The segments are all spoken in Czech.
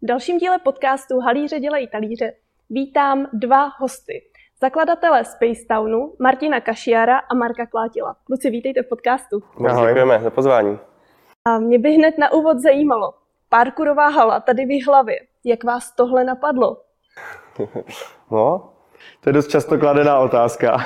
dalším díle podcastu Halíře dělají talíře vítám dva hosty. Zakladatele Spacetownu, Martina Kašiara a Marka Klátila. Kluci, vítejte v podcastu. Ahoj. Děkujeme za pozvání. A mě by hned na úvod zajímalo, parkourová hala tady v Jihlavě. Jak vás tohle napadlo? No, to je dost často kladená otázka.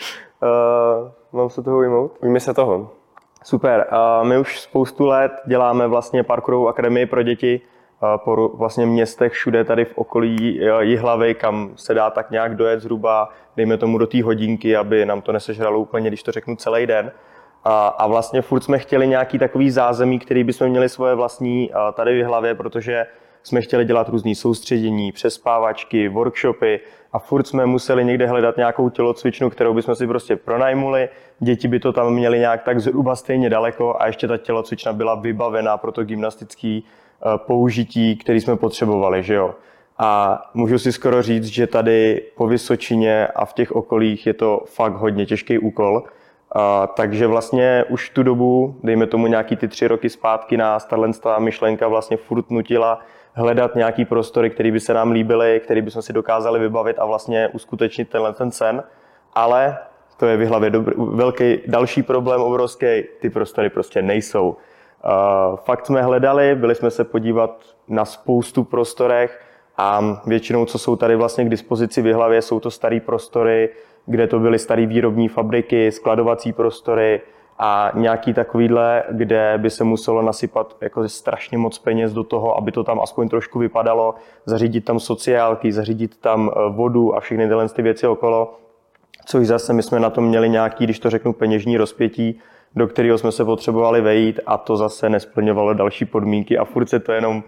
Mám se toho ujmout? Ujmi se toho. Super. My už spoustu let děláme vlastně parkourovou akademii pro děti po vlastně městech všude tady v okolí Jihlavy, kam se dá tak nějak dojet zhruba, dejme tomu do té hodinky, aby nám to nesežralo úplně, když to řeknu, celý den. A vlastně furt jsme chtěli nějaký takový zázemí, který bychom měli svoje vlastní tady v Jihlavě, protože jsme chtěli dělat různý soustředění, přespávačky, workshopy a furt jsme museli někde hledat nějakou tělocvičnu, kterou bychom si prostě pronajmuli. Děti by to tam měly nějak tak zhruba stejně daleko a ještě ta tělocvična byla vybavená pro to gymnastické použití, který jsme potřebovali, že jo. A můžu si skoro říct, že tady po Vysočině a v těch okolích je to fakt hodně těžký úkol. Takže vlastně už tu dobu, dejme tomu nějaký ty 3 roky zpátky, nás tato myšlenka vlastně furt nutila hledat nějaký prostory, které by se nám líbily, které bychom si dokázali vybavit a vlastně uskutečnit ten sen. Ale to je v Jihlavě velký další problém, obrovský, ty prostory prostě nejsou. Fakt jsme hledali, byli jsme se podívat na spoustu prostorech a většinou, co jsou tady vlastně k dispozici v Jihlavě, jsou to staré prostory, kde to byly staré výrobní fabriky, skladovací prostory a nějaký takovýhle, kde by se muselo nasypat jako strašně moc peněz do toho, aby to tam aspoň trošku vypadalo, zařídit tam sociálky, zařídit tam vodu a všechny tyhle ty věci okolo. Což zase my jsme na tom měli nějaký, když to řeknu, peněžní rozpětí, do kterého jsme se potřebovali vejít a to zase nesplňovalo další podmínky a furt se to jenom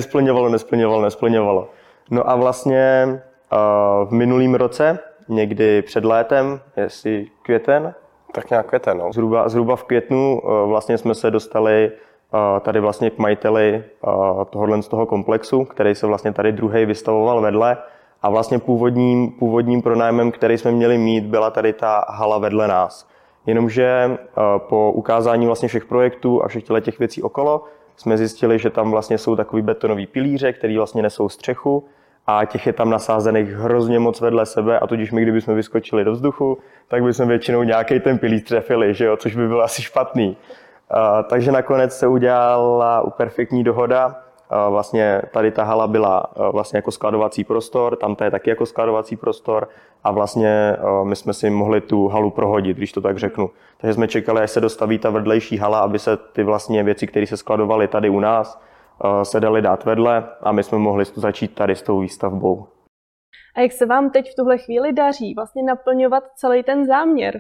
nesplňovalo. No a vlastně v minulým roce, někdy před létem, jestli květen? Tak nějak květen, no. Zhruba v květnu vlastně jsme se dostali tady vlastně k majiteli tohohle z toho komplexu, který se vlastně tady druhý vystavoval vedle a vlastně původním pronájmem, který jsme měli mít, byla tady ta hala vedle nás. Jenomže po ukázání vlastně všech projektů a všech těch věcí okolo jsme zjistili, že tam vlastně jsou takový betonový pilíře, který vlastně nesou střechu a těch je tam nasázených hrozně moc vedle sebe a tudíž my, kdybychom vyskočili do vzduchu, tak bychom většinou nějaký ten pilíř trefili, že jo? Což by bylo asi špatný. Takže nakonec se udělala perfektní dohoda. Vlastně tady ta hala byla vlastně jako skladovací prostor, tam to je taky jako skladovací prostor a vlastně my jsme si mohli tu halu prohodit, když to tak řeknu. Takže jsme čekali, až se dostaví ta vedlejší hala, aby se ty vlastně věci, které se skladovaly tady u nás, se daly dát vedle a my jsme mohli začít tady s tou výstavbou. A jak se vám teď v tuhle chvíli daří vlastně naplňovat celý ten záměr?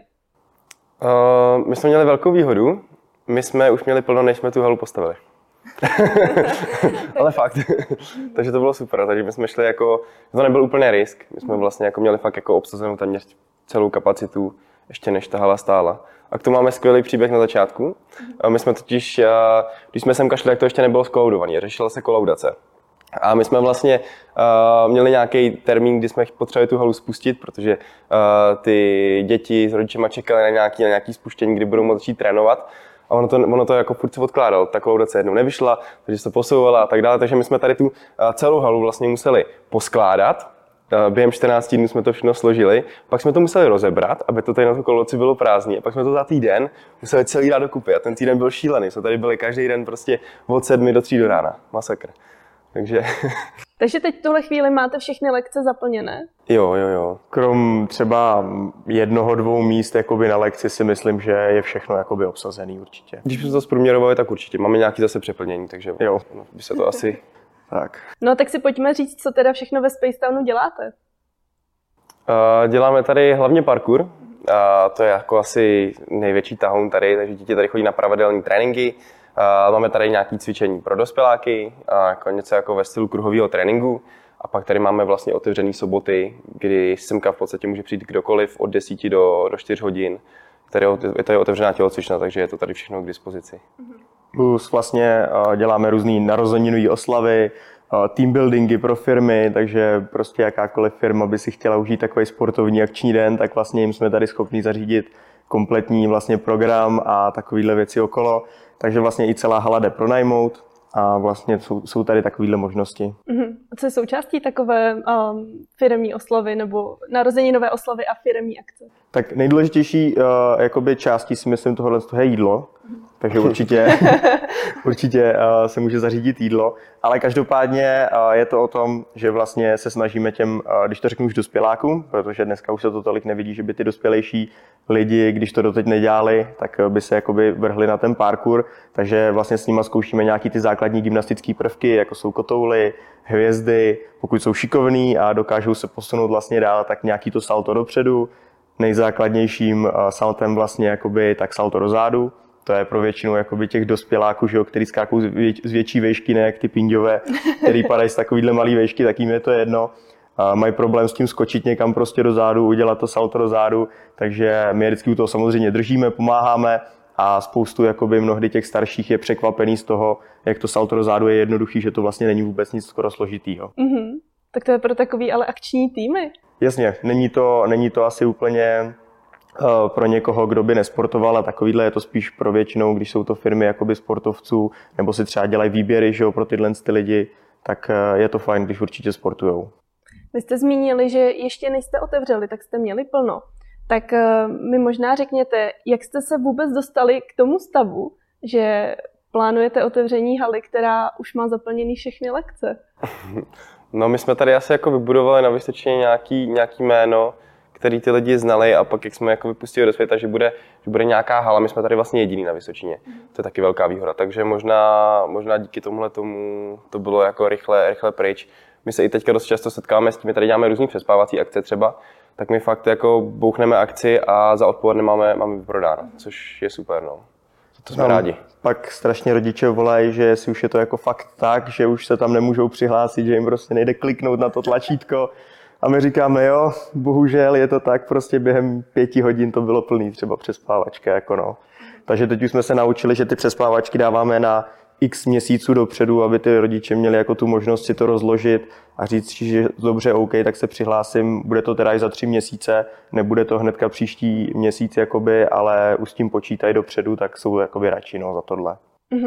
My jsme měli velkou výhodu, my jsme už měli plno, než jsme tu halu postavili. Ale fakt. Takže to bylo super, takže my jsme šli jako, to nebyl úplně risk, my jsme vlastně jako měli fakt jako obsazenou téměř celou kapacitu, ještě než ta hala stála. A k tomu máme skvělý příběh na začátku. My jsme totiž, když jsme sem kašli, tak to ještě nebylo skolaudované, řešila se kolaudace. A my jsme vlastně měli nějaký termín, kdy jsme potřebovali tu halu spustit, protože ty děti s rodičema čekali na nějaký spuštění, kdy budou moct začít trénovat. A ono to jako furt se odkládalo, ta kolaudace jednou nevyšla, takže se posouvala a tak dále, takže my jsme tady tu celou halu vlastně museli poskládat. Během 14 dnů jsme to všechno složili, pak jsme to museli rozebrat, aby to tady na tu kolaudaci bylo prázdné. A pak jsme to za týden museli celý dát dokupy a ten týden byl šílený. Jsme tady byli každý den prostě od 7 do 3 do rána. Masakr. Takže teď v tuhle chvíli máte všechny lekce zaplněné? Jo. Krom třeba 1-2 míst jakoby na lekci si myslím, že je všechno jakoby obsazený určitě. Když bychom to zprůměrovali, tak určitě. Máme nějaký zase přeplnění, takže jo. By se to asi... Tak. No tak si pojďme říct, co teda všechno ve Spacetownu děláte. Děláme tady hlavně parkour. To je jako asi největší tahoun tady, takže děti tady chodí na pravidelné tréninky. Máme tady nějaké cvičení pro dospěláky, jako něco jako ve stylu kruhového tréninku. A pak tady máme vlastně otevřené soboty, kdy semka v podstatě může přijít kdokoliv od 10 do 4 hodin. Tady je tady otevřená tělocvična, takže je to tady všechno k dispozici. Plus vlastně děláme různé narozeninové oslavy, team buildingy pro firmy, takže prostě jakákoliv firma by si chtěla užít takový sportovní akční den, tak vlastně jim jsme tady schopni zařídit kompletní vlastně program a takovéhle věci okolo. Takže vlastně i celá hala jde pronajmout. a vlastně jsou tady takovéhle možnosti. A co je součástí takové firemní oslavy nebo narozeninové oslavy a firemní akce? Tak nejdůležitější jakoby částí si myslím tohle je jídlo, takže určitě se může zařídit jídlo, ale každopádně je to o tom, že vlastně se snažíme těm, když to řeknu už dospělákům, protože dneska už se to tolik nevidí, že by ty dospělejší lidi, když to doteď nedělali, tak by se jakoby vrhli na ten parkour, takže vlastně s nima zkoušíme nějaký ty základní gymnastické prvky, jako jsou kotouly, hvězdy, pokud jsou šikovní a dokážou se posunout vlastně dál, tak nějaký to salto dopředu, nejzákladnějším saltem vlastně jakoby tak salto do zádu. To je pro většinu jakoby těch dospěláků, že jo, který skákou z větší výšky, ne jak ty pinďové, který padají z takovýhle malý výšky, tak jim je to jedno. Mají problém s tím skočit někam prostě do zádu, udělat to salto do zádu, takže my vždycky u toho samozřejmě držíme, pomáháme a spoustu jakoby mnohdy těch starších je překvapený z toho, jak to salto do zádu je jednoduchý, že to vlastně není vůbec nic skoro složitýho. Tak to je pro takový ale akční týmy. Jasně, není to asi úplně pro někoho, kdo by nesportoval, a takovýhle je to spíš pro většinou, když jsou to firmy jakoby sportovců, nebo si třeba dělají výběry, že jo, pro tyhle ty lidi, tak je to fajn, když určitě sportujou. Vy jste zmínili, že ještě než jste otevřeli, tak jste měli plno. Tak mi možná řekněte, jak jste se vůbec dostali k tomu stavu, že plánujete otevření haly, která už má zaplněný všechny lekce? No, my jsme tady asi jako vybudovali na Vysočině nějaký jméno, který ty lidi znali, a pak jak jsme jako vypustili do světa, že bude nějaká hala, my jsme tady vlastně jediný na Vysočině. To je taky velká výhoda, takže možná díky tomu to bylo jako rychle pryč. My se i teďka dost často setkáme s tím, my tady děláme různý přespávací akce třeba, tak my fakt jako bouchneme akci a za odpoledne máme vyprodáno, což je super, no. To jsme rádi. Pak strašně rodiče volají, že jestli už je to jako fakt tak, že už se tam nemůžou přihlásit, že jim prostě nejde kliknout na to tlačítko. A my říkáme, jo, bohužel je to tak, prostě během 5 hodin to bylo plný, třeba přespávačka, jako no. Takže teď už jsme se naučili, že ty přespávačky dáváme na x měsíců dopředu, aby ty rodiče měli jako tu možnost si to rozložit a říct, že dobře, OK, tak se přihlásím, bude to teda i za 3 měsíce, nebude to hnedka příští měsíc, jakoby, ale už s tím počítají dopředu, tak jsou jakoby radši, no, za tohle.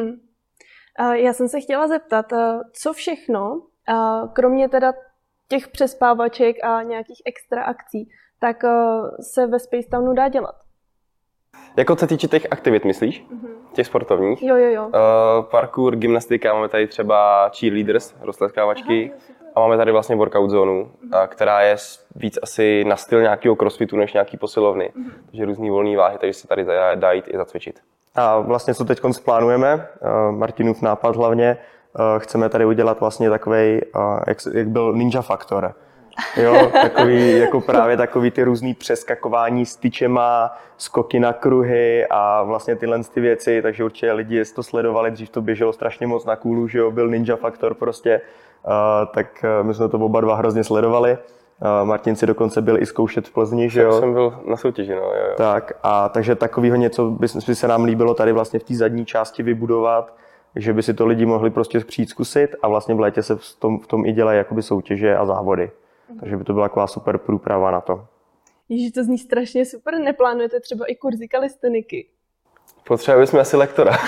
Já jsem se chtěla zeptat, co všechno, kromě teda těch přespávaček a nějakých extra akcí, tak se ve Space Townu dá dělat? Jako co se týče těch aktivit, myslíš? Těch sportovních? Jo. Parkour, gymnastika, máme tady třeba cheerleaders, roztleskávačky. A máme tady vlastně workout zónu, která je víc asi na styl nějakého crossfitu než nějaký posilovny. Takže různý volný váhy, takže se tady dá jít i zacvičit. A vlastně co teď plánujeme, Martinův nápad hlavně, chceme tady udělat vlastně takovej, jak byl Ninja Faktor. Jo, takový, jako právě takový ty různý přeskakování s tyčema, skoky na kruhy a vlastně tyhle ty věci, takže určitě lidi to sledovali, dřív to běželo strašně moc na kůlu, že jo, byl Ninja Faktor prostě, tak my jsme to oba dva hrozně sledovali. Martin si dokonce byl i zkoušet v Plzni, že jo? Tak jsem byl na soutěži, no, jo. Tak, a takže takového něco by se nám líbilo tady vlastně v té zadní části vybudovat, že by si to lidi mohli prostě přijít zkusit a vlastně v létě se v tom i dělají jakoby soutěže a závody. Takže by to byla taková super průprava na to. Ježiš, to zní strašně super. Neplánujete třeba i kurzy kalisteniky? Potřebovali jsme asi lektora.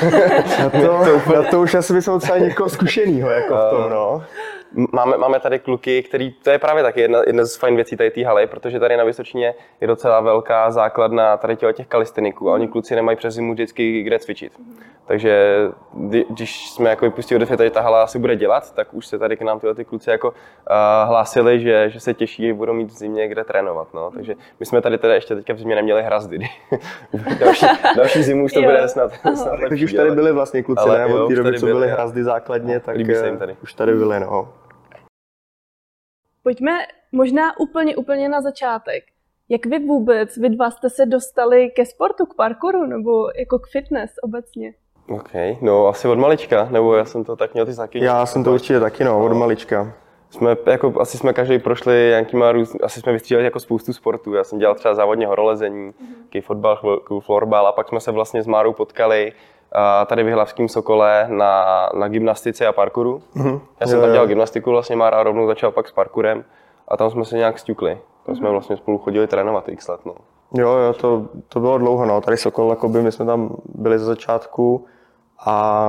Na to už asi bychom třeba někoho zkušenýho jako v tom, no. Máme tady kluky, to je právě taky jedna z fajn věcí tady té haly, protože tady na Vysočině je docela velká základna tady těch kalisteniků a oni kluci nemají přes zimu vždycky kde cvičit. Takže když jsme jako vypustili do světa, že ta hala asi bude dělat, tak už se tady k nám tyhle ty kluci jako hlásili, že se těší, že budou mít v zimě kde trénovat. No. Takže my jsme tady teda ještě teďka v zimě neměli hrazdy. další zimu už to bude snad lepší. Takže už tady byli vlastně kluci, ne? Od té doby, co byly hrazdy základně, tak už tady byly, no. Pojďme možná úplně na začátek. Jak vy dva jste se dostali ke sportu, k parkouru nebo jako k fitness obecně? OK, no asi od malička, nebo já jsem to tak měl ty taky. Já jsem to určitě taky, no, od malička. Asi jsme každý prošli nějakýma asi jsme vystřídali jako spoustu sportů. Já jsem dělal třeba závodně horolezení, fotbal, florbal a pak jsme se vlastně s Márou potkali tady v Jihlavském Sokole na gymnastice a parkouru. Já jsem tam dělal gymnastiku, vlastně Mára rovnou začal pak s parkourem a tam jsme se nějak sťukli. Tam jsme vlastně spolu chodili trénovat x let. No. Jo, to bylo dlouho, no. Tady Sokol, jakoby, my jsme tam byli ze začátku a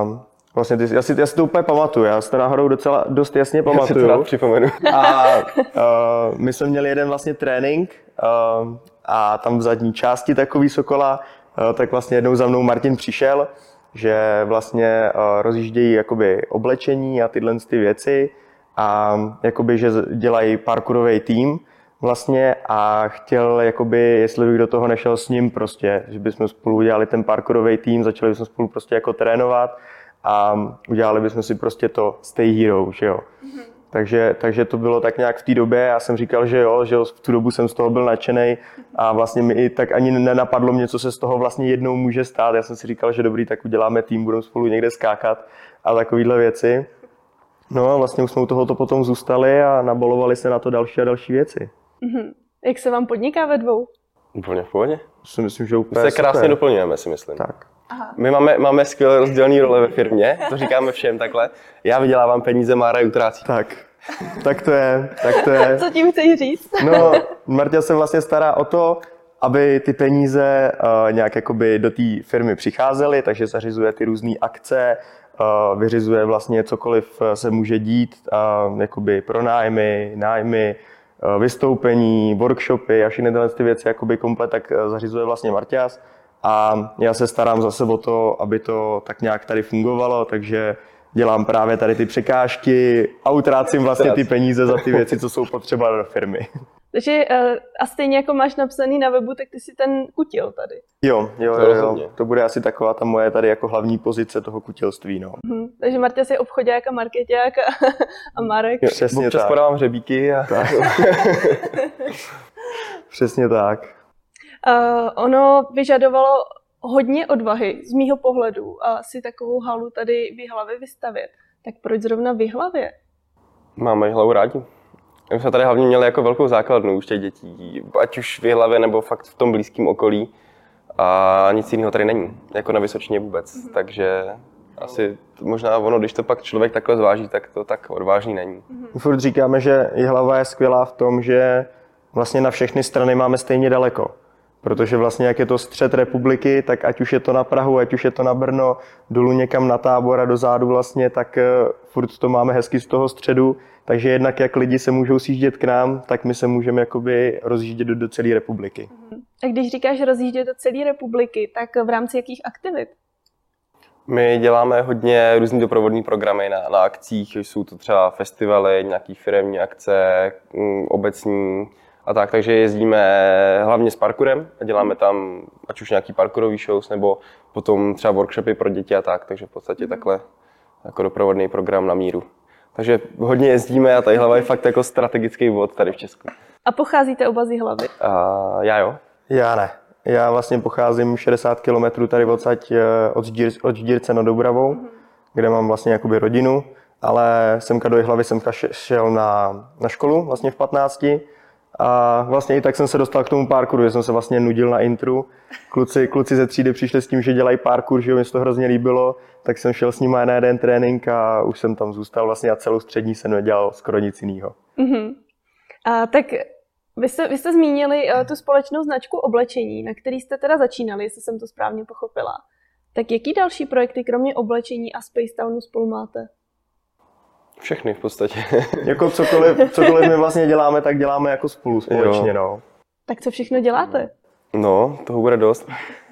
Vlastně já si to úplně pamatuju, já si to náhodou docela dost jasně Já si to rád pamatuju. připomenu. A my jsme měli jeden vlastně trénink a tam v zadní části takový Sokola, tak vlastně jednou za mnou Martin přišel, že vlastně rozjíždějí jakoby oblečení a tyhle ty věci a jakoby, že dělají parkourový tým vlastně a chtěl, jakoby, jestli bych do toho nešel s ním prostě, že bychom spolu udělali ten parkourový tým, začali bychom spolu prostě jako trénovat a udělali bychom si prostě to Stay Hero, že jo. Takže to bylo tak nějak v té době, já jsem říkal, že jo, v tu dobu jsem z toho byl nadšenej a vlastně mi i tak ani nenapadlo mě, co se z toho vlastně jednou může stát. Já jsem si říkal, že dobrý, tak uděláme tým, budeme spolu někde skákat a takovýhle věci. No a vlastně už jsme u tohoto potom zůstali a nabalovali se na to další a další věci. Jak se vám podniká ve dvou? Úplně v pohodě. Si myslím, že My úplně se krásně super. doplňujeme, si myslím. Tak. My máme skvěle rozdělené role ve firmě, to říkáme všem takhle. Já vydělávám peníze, Mára je utrácí. Tak to je. Co tím chceš říct? No, Marta se vlastně stará o to, aby ty peníze nějak jakoby do té firmy přicházely, takže zařizuje ty různé akce, vyřizuje vlastně cokoliv se může dít, jakoby pronájmy, nájmy, vystoupení, workshopy a všechny tyhle ty věci jakoby komplet tak zařizuje vlastně Marťas. A já se starám zase o to, aby to tak nějak tady fungovalo, takže dělám právě tady ty překážky a utrácím vlastně ty peníze za ty věci, co jsou potřeba do firmy. Takže a stejně jako máš napsaný na webu, tak ty si ten kutil tady. Jo. rozhodně. To bude asi taková ta moje tady jako hlavní pozice toho kutilství, no. Takže Marta je obchoďák a markeťák a Marek. Přesně Občas tak. podávám hřebíky a Přesně tak. Ono vyžadovalo hodně odvahy z mýho pohledu a si takovou halu tady v Jihlavě vystavět. Tak proč zrovna v Jihlavě? máme hlavu rádi. My jsme tady hlavně měli jako velkou základnu už těch dětí, ať už v Jihlavě nebo fakt v tom blízkém okolí. A nic jiného tady není, jako na Vysočině vůbec. Takže asi možná ono, když to pak člověk takhle zváží, tak to tak odvážný není. My furt říkáme, že Jihlava je skvělá v tom, že vlastně na všechny strany máme stejně daleko. Protože vlastně jak je to střed republiky, tak ať už je to na Prahu, ať už je to na Brno, dolů někam na Tábor a dozadu vlastně, tak furt to máme hezky z toho středu. Takže jednak jak lidi se můžou sjíždět k nám, tak my se můžeme jakoby rozjíždět do celé republiky. A když říkáš rozjíždět do celé republiky, tak v rámci jakých aktivit? My děláme hodně různý doprovodný programy na akcích, jsou to třeba festivaly, nějaký firemní akce, obecní a tak, takže jezdíme hlavně s parkourem a děláme tam ať už nějaký parkourový shows nebo potom třeba workshopy pro děti a tak, takže v podstatě takhle jako doprovodný program na míru. Takže hodně jezdíme a ta Jihlava je fakt jako strategický bod tady v Česku. A pocházíte oba z Jihlavy? Já jo. Já ne. Já vlastně pocházím 60 km tady odsaď od Ždírce nad Doubravou, kde mám vlastně jakoby rodinu, ale semka do Jihlavy jsem šel na školu vlastně v 15. A vlastně i tak jsem se dostal k tomu parkouru, že jsem se vlastně nudil na intru. Kluci ze třídy přišli s tím, že dělají parkour, že mi se to hrozně líbilo, tak jsem šel s nimi na jeden trénink a už jsem tam zůstal vlastně a celou střední jsem nedělal skoro nic jiného. A tak vy jste zmínili tu společnou značku oblečení, na který jste teda začínali, jestli jsem to správně pochopila. Tak jaký další projekty, kromě oblečení a Space Townu, spolu máte? Všechny v podstatě. Jako cokoliv my vlastně děláme, tak děláme jako společně, no. Tak co všechno děláte? No, toho bude dost.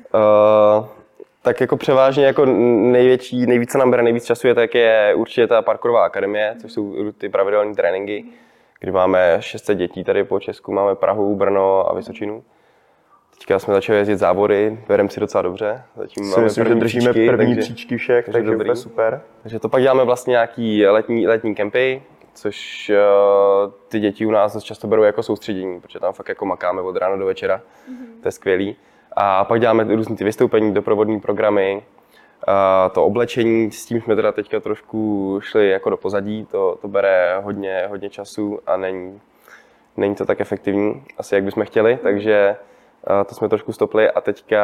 Tak jako převážně jako nejvíce nám bere nejvíc času tak je určitě ta parkourová akademie, což jsou ty pravidelné tréninky, kdy máme 600 dětí tady po Česku, máme Prahu, Brno a Vysočinu. Teďka jsme začali jezdit závody, vedeme si docela dobře. Zatím máme držíme první příčky všech, takže dobrý. je super. Takže to pak děláme vlastně nějaký letní kempy, což ty děti u nás často berou jako soustředění, protože tam fakt jako makáme od rána do večera, to je skvělý. A pak děláme různé ty vystoupení, doprovodní programy, to oblečení, s tím jsme teda teďka trošku šli jako do pozadí, to bere hodně času a není to tak efektivní, asi jak bychom chtěli, takže to jsme trošku stopli a teďka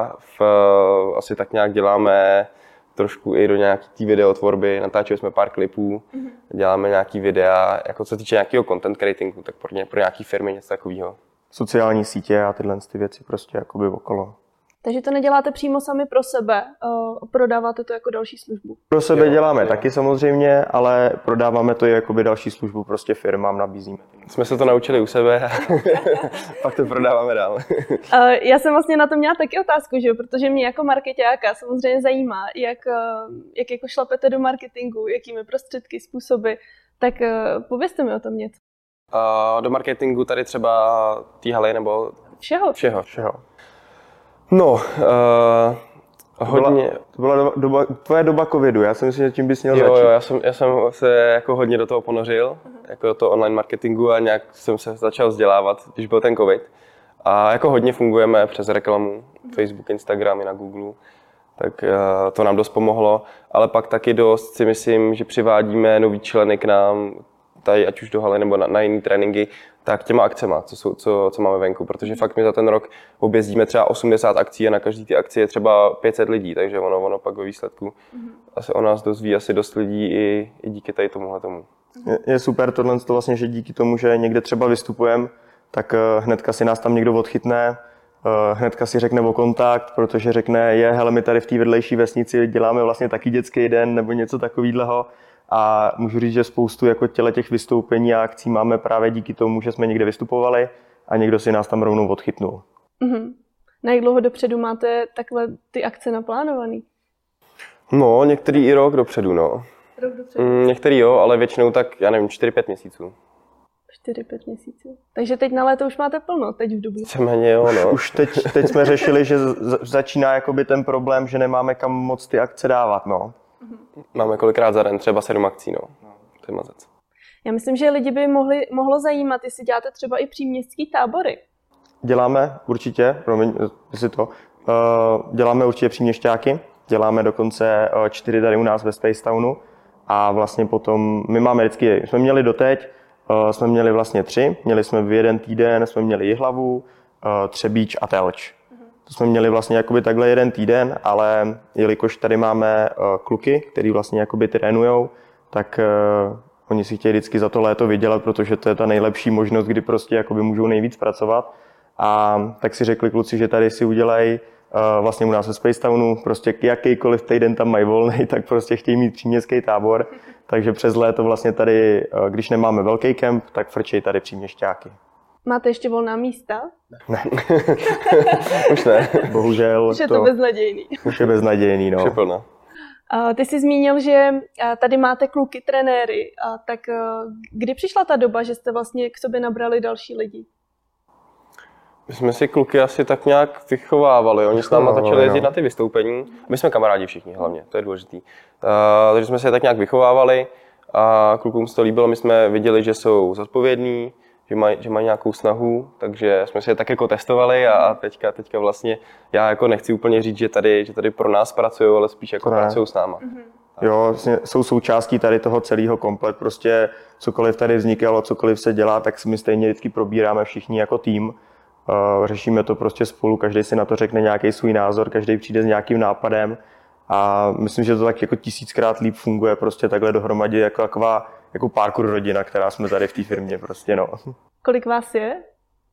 asi tak nějak děláme trošku i do nějaké té videotvorby, natáčeli jsme pár klipů, děláme nějaký videa, jako co se týče nějakého content creatingu, tak pro nějaké firmy něco takového. Sociální sítě a tyhle ty věci prostě jakoby okolo. Takže to neděláte přímo sami pro sebe, prodáváte to jako další službu. Pro sebe děláme taky samozřejmě, ale prodáváme to i jakoby další službu prostě firmám, nabízíme. Jsme se to naučili u sebe a pak to prodáváme dál. Já jsem vlastně na to měla taky otázku, že? Protože mě jako markeťáka samozřejmě zajímá, jak jako šlapete do marketingu, jakými prostředky, způsoby, tak povězte mi o tom něco. Do marketingu tady třeba té haly nebo Všeho. Všeho. No, hodně. To byla tvoje doba covidu, já si myslím, že tím bys měl začít. Jo, já jsem se jako hodně do toho ponořil, jako do toho online marketingu a nějak jsem se začal vzdělávat, když byl ten covid. A jako hodně fungujeme přes reklamu, Facebook, Instagram i na Google, tak to nám dost pomohlo. Ale pak taky dost si myslím, že přivádíme nový členy k nám, tady ať už do haly nebo na jiné tréninky, tak těma akcema, co máme venku, protože fakt my za ten rok objezdíme třeba 80 akcí a na každý ty akci je třeba 500 lidí, takže ono pak ve výsledku asi o nás dozví asi dost lidí i díky tady tomu. Je super tohle vlastně, že díky tomu, že někde třeba vystupujeme, tak hnedka si nás tam někdo odchytne, hnedka si řekne o kontakt, protože řekne, hele, my tady v té vedlejší vesnici děláme vlastně taky dětský den nebo něco takového. A můžu říct, že spoustu jako těch vystoupení a akcí máme právě díky tomu, že jsme někde vystupovali a někdo si nás tam rovnou odchytnul. Na jak dlouho dopředu máte takhle ty akce naplánovaný? No, některý i rok dopředu, no. Rok dopředu? Některý jo, ale většinou tak, já nevím, 4-5 měsíců. 4-5 měsíců. Takže teď na léto už máte plno, teď v dubnu. Víceméně jo, no. Už teď jsme řešili, že začíná jakoby ten problém, že nemáme kam moc ty akce dávat, no. Máme kolikrát za den, třeba 7 akcí, no. To je mazec. Já myslím, že lidi by mohlo zajímat, jestli děláte třeba i příměstský tábory. Děláme určitě, děláme určitě příměšťáky, děláme dokonce 4 tady u nás ve Space Townu a vlastně potom my máme vždycky, jsme měli doteď, jsme měli vlastně 3, měli jsme v jeden týden, jsme měli Jihlavu, Třebíč a Telč. To jsme měli vlastně jakoby takhle jeden týden, ale jelikož tady máme kluky, který vlastně jakoby trénujou, tak oni si chtějí vždycky za to léto vydělat, protože to je ta nejlepší možnost, kdy prostě jakoby můžou nejvíc pracovat. A tak si řekli kluci, že tady si udělají vlastně u nás ve Space Townu, prostě jakýkoliv týden tam mají volný, tak prostě chtějí mít příměstský tábor. Takže přes léto vlastně tady, když nemáme velký kemp, tak frčejí tady příměšťáky. Máte ještě volná místa? Ne. Už ne. Bohužel. Už je to beznadějný. Už je beznadějný, no. Už je plno. Ty jsi zmínil, že tady máte kluky, trenéry, tak kdy přišla ta doba, že jste vlastně k sobě nabrali další lidi? My jsme si kluky asi tak nějak vychovávali, oni s náma začali jezdit na ty vystoupení. My jsme kamarádi všichni hlavně, to je důležitý. Takže jsme se je tak nějak vychovávali a klukům se to líbilo, my jsme viděli, že jsou zodpovědní, že mají nějakou snahu, takže jsme si je tak jako testovali a teďka vlastně já jako nechci úplně říct, že tady pro nás pracují, ale spíš jako pracují s náma. Jo, vlastně jsou součástí tady toho celého komplet, prostě cokoliv tady vznikalo, cokoliv se dělá, tak my stejně vždycky probíráme všichni jako tým. Řešíme to prostě spolu, každý si na to řekne nějaký svůj názor, každý přijde s nějakým nápadem a myslím, že to tak jako 1000krát líp funguje prostě takhle dohromady jako taková jako parkour rodina, která jsme tady v té firmě prostě, no. Kolik vás je?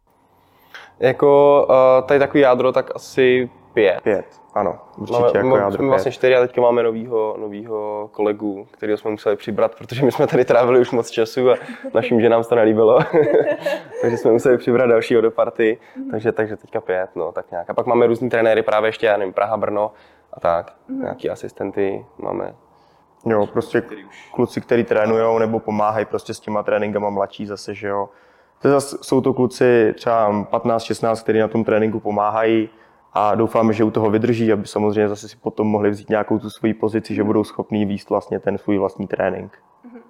Jako tady takový jádro, tak asi 5. 5, ano, určitě jako jádro 5. Vlastně 4 a teďka máme novýho kolegu, kterého jsme museli přibrat, protože my jsme tady trávili už moc času a našim ženám se to nelíbilo. Takže jsme museli přibrat dalšího do party, takže teďka 5, no, tak nějak. A pak máme různý trenéry, právě ještě, já nevím, Praha, Brno a tak, nějaký asistenty máme. Jo, prostě kluci, kteří trénujou nebo pomáhají prostě s těma tréninkama mladší zase, že jo. Jsou to kluci třeba 15-16, kteří na tom tréninku pomáhají a doufáme, že u toho vydrží, aby samozřejmě zase si potom mohli vzít nějakou tu svoji pozici, že budou schopní vést vlastně ten svůj vlastní trénink.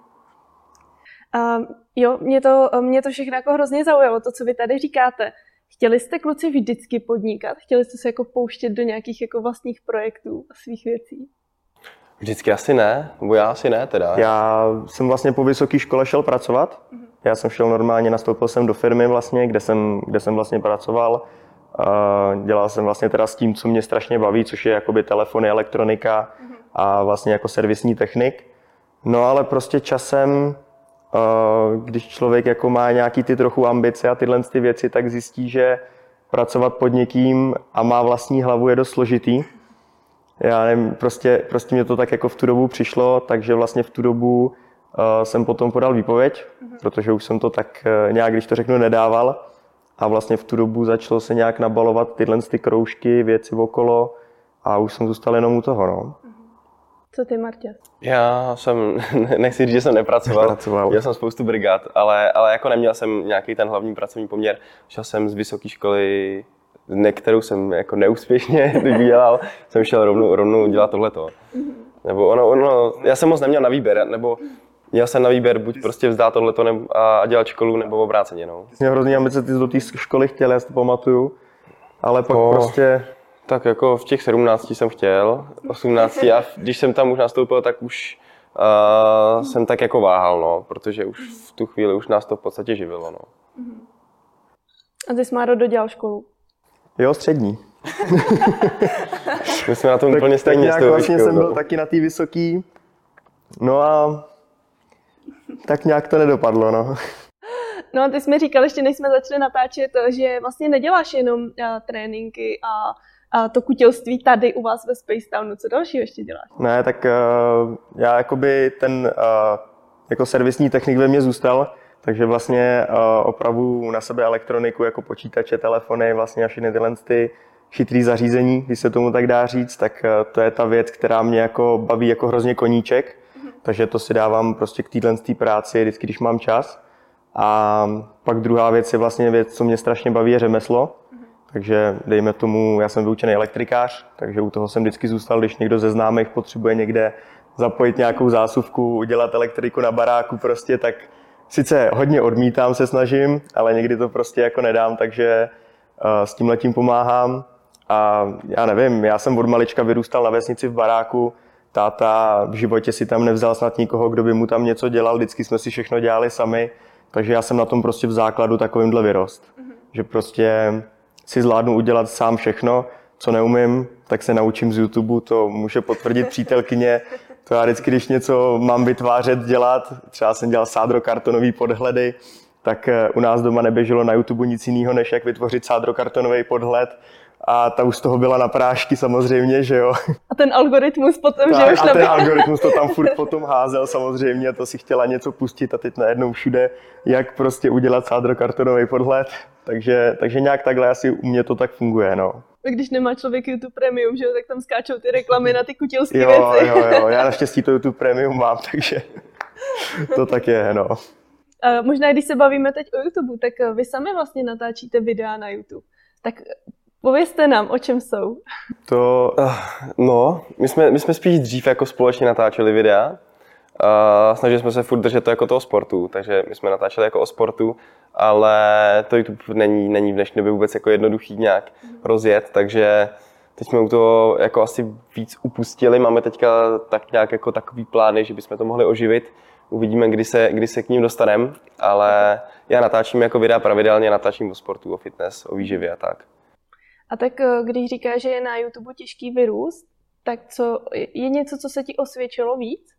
Jo, mě to všechno jako hrozně zaujalo, to, co vy tady říkáte. Chtěli jste kluci vždycky podnikat? Chtěli jste se jako pouštět do nějakých jako vlastních projektů a svých věcí? Vždycky asi ne, nebo já asi ne teda. Já jsem vlastně po vysoké škole šel pracovat. Já jsem šel normálně, nastoupil jsem do firmy vlastně, kde jsem vlastně pracoval. Dělal jsem vlastně teda s tím, co mě strašně baví, což je jakoby telefony, elektronika a vlastně jako servisní technik. No ale prostě časem, když člověk jako má nějaký ty trochu ambice a tyhle ty věci, tak zjistí, že pracovat pod někým a má vlastní hlavu je dost složitý. Já nevím, prostě mě to tak jako v tu dobu přišlo, takže vlastně v tu dobu jsem potom podal výpověď, protože už jsem to tak nějak, když to řeknu, nedával. A vlastně v tu dobu začalo se nějak nabalovat tyhle ty kroužky, věci okolo a už jsem zůstal jenom u toho, no. Co ty, Martě? Já jsem, nechci říct, že jsem nepracoval. Měl jsem spoustu brigád, ale jako neměl jsem nějaký ten hlavní pracovní poměr. Šel jsem z vysoké školy, kterou jsem jako neúspěšně dělal, jsem šel rovnou dělat tohleto. Nebo já jsem moc neměl na výběr, nebo měl jsem na výběr buď prostě vzdát tohleto a dělat školu, nebo obráceně, no. Mě hrozně ambice, ty do té školy chtěl, já si to pamatuju, ale pak prostě... Tak jako v těch 17 jsem chtěl, 18 a když jsem tam už nastoupil, tak už jsem tak jako váhal, no, protože už v tu chvíli už nás to v podstatě živilo, no. A ty jsi, Máro, dodělal školu? Jo, střední. My jsme na tom úplně stejně. Tak vlastně jsem byl taky na té vysoký, no a tak nějak to nedopadlo, no. No a ty jsi mi říkal, ještě než jsme začali natáčet, že vlastně neděláš jenom tréninky a to kutilství tady u vás ve Space Townu. Co dalšího ještě děláš? Ne, tak já jakoby ten jako servisní technik ve mně zůstal, takže vlastně opravuju na sebe elektroniku jako počítače, telefony, vlastně a všechny tyhle ty chytrý zařízení, když se tomu tak dá říct, tak to je ta věc, která mě jako baví jako hrozně koníček, takže to si dávám prostě k téhle práci vždycky, když mám čas. A pak druhá věc je vlastně věc, co mě strašně baví, je řemeslo. Takže dejme tomu, já jsem vyučený elektrikář, takže u toho jsem vždycky zůstal, když někdo ze známých potřebuje někde zapojit nějakou zásuvku, udělat elektriku na baráku prostě, tak sice hodně odmítám, se snažím, ale někdy to prostě jako nedám, takže s tímhletím pomáhám. A já nevím, já jsem od malička vyrůstal na vesnici v baráku, táta v životě si tam nevzal snad nikoho, kdo by mu tam něco dělal, vždycky jsme si všechno dělali sami, takže já jsem na tom prostě v základu takovýmhle vyrost, že prostě si zvládnu udělat sám všechno, co neumím, tak se naučím z YouTube, to může potvrdit přítelkyně. To já vždycky, když něco mám vytvářet, dělat, třeba jsem dělal sádrokartonový podhledy, tak u nás doma neběželo na YouTube nic jiného, než jak vytvořit sádrokartonový podhled. A ta už z toho byla na prášky samozřejmě, že jo. A ten algoritmus potom, tak, že už ten algoritmus to tam furt potom házel samozřejmě, to si chtěla něco pustit a teď najednou všude, jak prostě udělat sádrokartonový podhled. Takže nějak takhle asi u mě to tak funguje, no. Když nemá člověk YouTube Premium, že jo, tak tam skáčou ty reklamy na ty kutilské věci. Jo, já naštěstí to YouTube Premium mám, takže to tak je, no. A možná, když se bavíme teď o YouTube, tak vy sami vlastně natáčíte videa na YouTube. Tak povězte nám, o čem jsou. No, my jsme spíš dřív jako společně natáčeli videa. Snažili jsme se furt držet to jako toho sportu, takže my jsme natáčeli jako o sportu, ale to YouTube není v dnešní době vůbec jako jednoduchý nějak rozjet, takže teď jsme u toho jako asi víc upustili. Máme teďka tak nějak jako takový plány, že bychom to mohli oživit. Uvidíme, kdy se k ním dostaneme, ale já natáčím jako videa pravidelně, natáčím o sportu, o fitness, o výživě a tak. A tak když říkáš, že je na YouTube těžký vyrůst, tak co je něco, co se ti osvědčilo víc?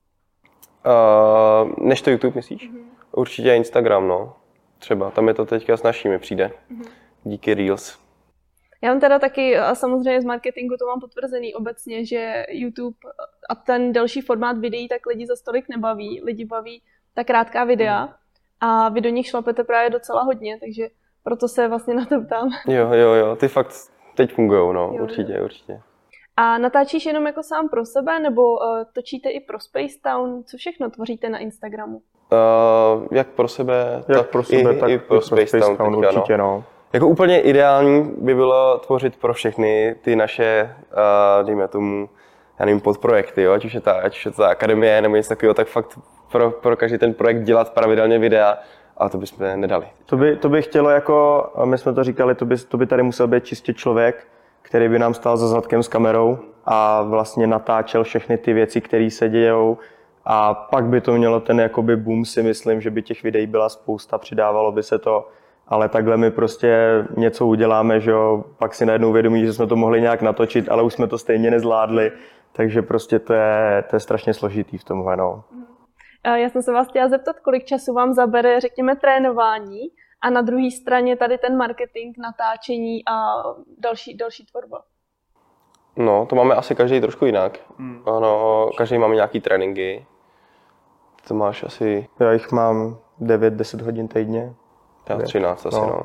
Než to YouTube, myslíš? Určitě Instagram, no. Třeba, tam je to teďka snazší, mi přijde. Díky Reels. Já mám teda taky, a samozřejmě z marketingu to mám potvrzený obecně, že YouTube a ten delší formát videí tak lidi za stolik nebaví. Lidi baví ta krátká videa a vy do nich šlapete právě docela hodně, takže proto se vlastně na to ptám. Jo, ty fakt teď fungujou, no, jo, určitě. A natáčíš jenom jako sám pro sebe, nebo točíte i pro Space Town? Co všechno tvoříte na Instagramu? Jak pro sebe, tak i pro Space Town určitě, no. Jako úplně ideální by bylo tvořit pro všechny ty naše, dejme tomu, já nevím, podprojekty, jo? Ať už je ta akademie nebo něco takového, tak fakt pro každý ten projekt dělat pravidelně videa, ale to bychom nedali. To by chtělo jako, my jsme to říkali, to by tady musel být čistě člověk, který by nám stál za zadkem s kamerou a vlastně natáčel všechny ty věci, které se dějou. A pak by to mělo ten jakoby boom, si myslím, že by těch videí byla spousta, přidávalo by se to. Ale takhle my prostě něco uděláme, že jo, pak si najednou uvědomí, že jsme to mohli nějak natočit, ale už jsme to stejně nezvládli. Takže prostě to je strašně složitý v tomhle, no. Já jsem se vás chtěla zeptat, kolik času vám zabere, řekněme, trénování a na druhé straně tady ten marketing, natáčení a další tvorba? No, to máme asi každý trošku jinak. Ano, každý máme nějaký tréninky. To máš asi... Já jich mám 9-10 hodin týdně. Já 13 asi, no.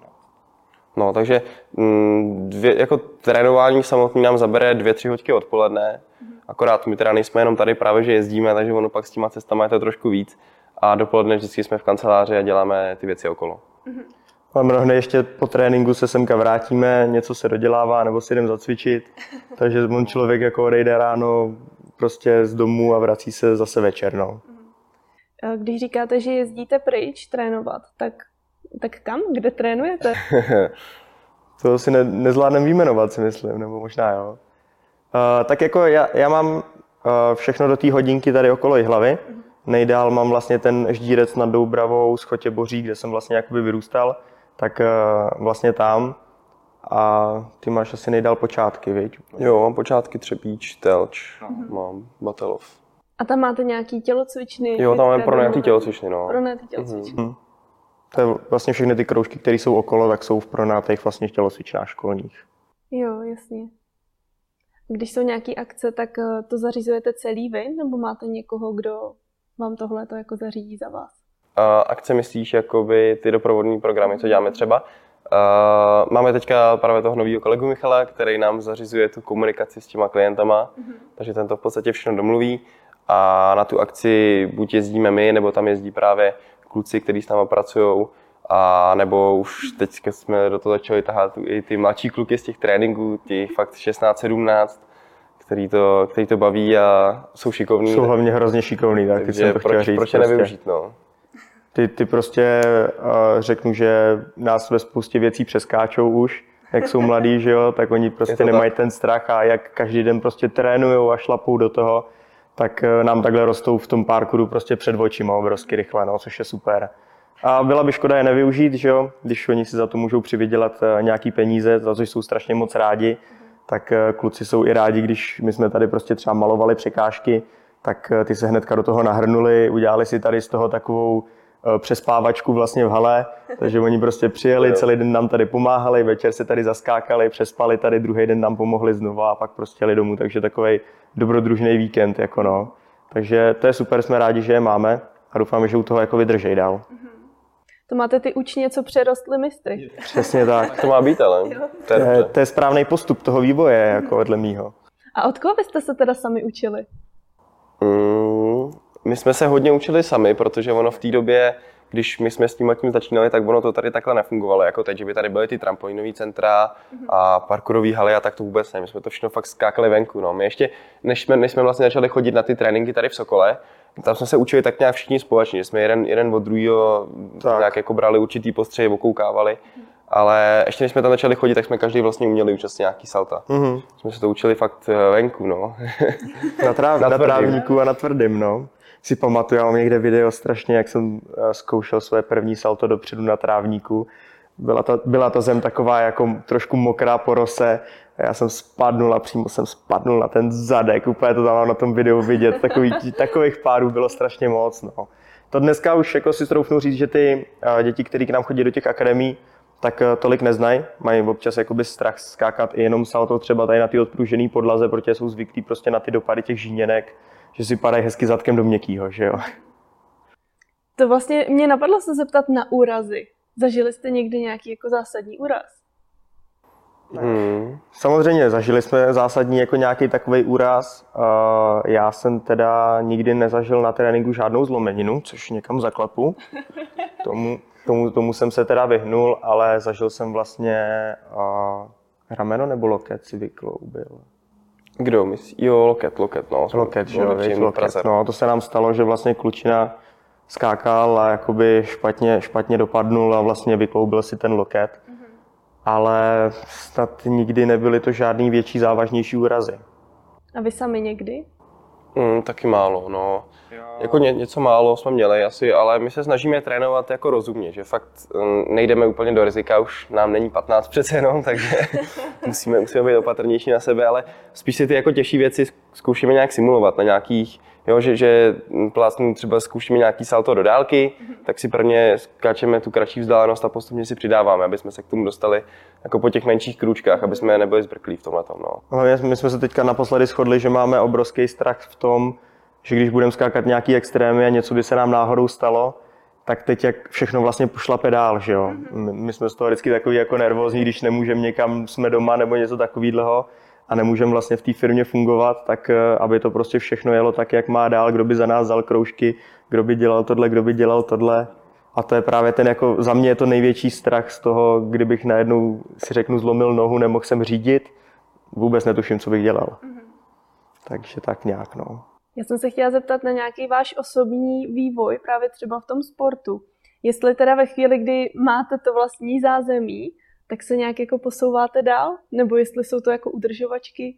No, takže jako trénování samotný nám zabere 2-3 hodiny odpoledne. Akorát my teda nejsme jenom tady právě, že jezdíme, takže ono pak s těma cestama je to trošku víc. A dopoledne vždycky jsme v kanceláři a děláme ty věci okolo. A mnohdy ještě po tréninku se semka vrátíme, něco se dodělává nebo si jdem zacvičit. Takže on člověk jako odejde ráno prostě z domu a vrací se zase večer. No. Když říkáte, že jezdíte pryč trénovat, tak kam? Kde trénujete? To si nezvládnem vyjmenovat, si myslím, nebo možná jo. Tak jako já mám všechno do té hodinky tady okolo Jihlavy. Nejdál mám vlastně ten Ždírec nad Doubravou, Schotě Boří, kde jsem vlastně jakoby vyrůstal, tak vlastně tam. A ty máš asi nejdál Počátky, viď? Jo, mám Počátky, Třebíč, Telč, mám Batelov. A tam máte nějaký tělocvičny? Jo, tam máme pro nějaký tělocvičny, no. Pro nějaký tělocvičny. To je vlastně všechny ty kroužky, které jsou okolo, tak jsou v pronátých vlastně tělocvičnách školních. Jo, jasně. Když jsou nějaké akce, tak to zařizujete celý vy, nebo máte někoho, kdo vám tohle to jako zařídí za vás? Akce myslíš, jakoby ty doprovodní programy, co děláme třeba? Máme teďka právě toho nového kolegu Michala, který nám zařizuje tu komunikaci s těma klientama, takže ten to v podstatě všechno domluví a na tu akci buď jezdíme my, nebo tam jezdí právě kluci, kteří s náma pracují, a nebo už teď jsme do toho začali tahat i ty mladší kluky z těch tréninků, ty fakt 16-17, který to baví a jsou šikovní. Jsou hlavně hrozně šikovní, tak teď jsem to chtěl říct. Proč je nevyužít, no? Ty prostě řeknu, že nás ve spoustě věcí přeskáčou už, jak jsou mladí, že jo, tak oni prostě nemají ten strach a jak každý den prostě trénujou a šlapou do toho, tak nám takhle rostou v tom parkouru prostě před očima obrovsky rychle, no, což je super. A byla by škoda je nevyužít, že jo, když oni si za to můžou přivydělat nějaký peníze, za což jsou strašně moc rádi, tak kluci jsou i rádi, když my jsme tady prostě třeba malovali překážky, tak ty se hnedka do toho nahrnuli, udělali si tady z toho takovou přespávačku vlastně v hale, takže oni prostě přijeli, celý den nám tady pomáhali, večer se tady zaskákali, přespali tady, druhý den nám pomohli znova a pak prostě jeli domů, takže takovej dobrodružný víkend, jako no. Takže to je super, jsme rádi, že je máme a doufáme, že u toho jako vydržej dál. To máte ty učně, co přerostly mistry. Přesně tak. To má být, ale to je správný postup toho vývoje, jako odle mýho. A od koho byste se teda sami učili? My jsme se hodně učili sami, protože ono v té době, když my jsme s tím začínali, tak ono to tady takhle nefungovalo jako teď, že by tady byly ty trampolinové centra a parkourové haly a tak to vůbec ne. My jsme to všechno fakt skákali venku. No. My ještě, než jsme vlastně začali chodit na ty tréninky tady v Sokole, tam jsme se učili tak nějak všichni společně, že jsme jeden od druhého nějak jako brali určitý postřehy, okoukávali. Ale ještě než jsme tam začali chodit, tak jsme každý vlastně uměli účastnit nějaký salta. Jsme se to učili fakt venku, no. na trávníku a na tvrdým, no. Si pamatuju, já mám někde video strašně, jak jsem zkoušel své první salto dopředu na trávníku. Byla ta zem taková jako trošku mokrá po rose. Já jsem spadnul a přímo jsem spadnul na ten zadek. Úplně to tam mám na tom videu vidět. Takových pádů bylo strašně moc. No. To dneska už jako si troufnu říct, že ty děti, které k nám chodí do těch akademií, tak tolik neznají. Mají občas jakoby strach skákat i jenom salto třeba tady na ty odpružené podlaze, protože jsou zvyklí prostě na ty dopady těch žíněnek, že si padají hezky zadkem do měkkýho, že jo. To vlastně mě napadlo se zeptat na úrazy. Zažili jste někdy nějaký jako zásadní úraz? Samozřejmě, zažili jsme zásadní jako nějaký takovej úraz. Já jsem teda nikdy nezažil na tréninku žádnou zlomeninu, což někam zaklapu. Tomu jsem se teda vyhnul, ale zažil jsem vlastně rameno nebo loket si vykloubil. Kdo myslí? Jo, loket, no. Loket, že jo, loket. No, to se nám stalo, že vlastně klučina skákal a jakoby špatně dopadnul a vlastně vykloubil si ten loket. Ale snad nikdy nebyly to žádný větší závažnější úrazy. A vy sami někdy? Taky málo, no. Jako něco málo jsme měli asi, ale my se snažíme trénovat jako rozumně, že fakt nejdeme úplně do rizika, už nám není 15 přece jenom, takže musíme být opatrnější na sebe, ale spíš si ty jako těžší věci zkoušíme nějak simulovat na nějakých Jo, že plácnu třeba zkoušíme nějaký salto do dálky, tak si prvně skáčeme tu kratší vzdálenost a postupně si přidáváme, aby jsme se k tomu dostali jako po těch menších krůčkách, aby jsme nebyli zbrklí v tomhletom. No. My jsme se teďka naposledy shodli, že máme obrovský strach v tom, že když budeme skákat nějaký extrémy a něco by se nám náhodou stalo, tak teď jak všechno vlastně pošlape dál, že jo. My jsme z toho vždycky takový jako nervózní, když nemůžeme někam, jsme doma nebo něco takového a nemůžeme vlastně v té firmě fungovat, tak aby to prostě všechno jelo tak, jak má dál, kdo by za nás vzal kroužky, kdo by dělal tohle, kdo by dělal tohle. A to je právě ten jako, za mě je to největší strach z toho, kdybych najednou si řeknu zlomil nohu, nemohl jsem řídit, vůbec netuším, co bych dělal. Takže tak nějak, no. Já jsem se chtěla zeptat na nějaký váš osobní vývoj právě třeba v tom sportu. Jestli teda ve chvíli, kdy máte to vlastní zázemí, tak se nějak jako posouváte dál? Nebo jestli jsou to jako udržovačky?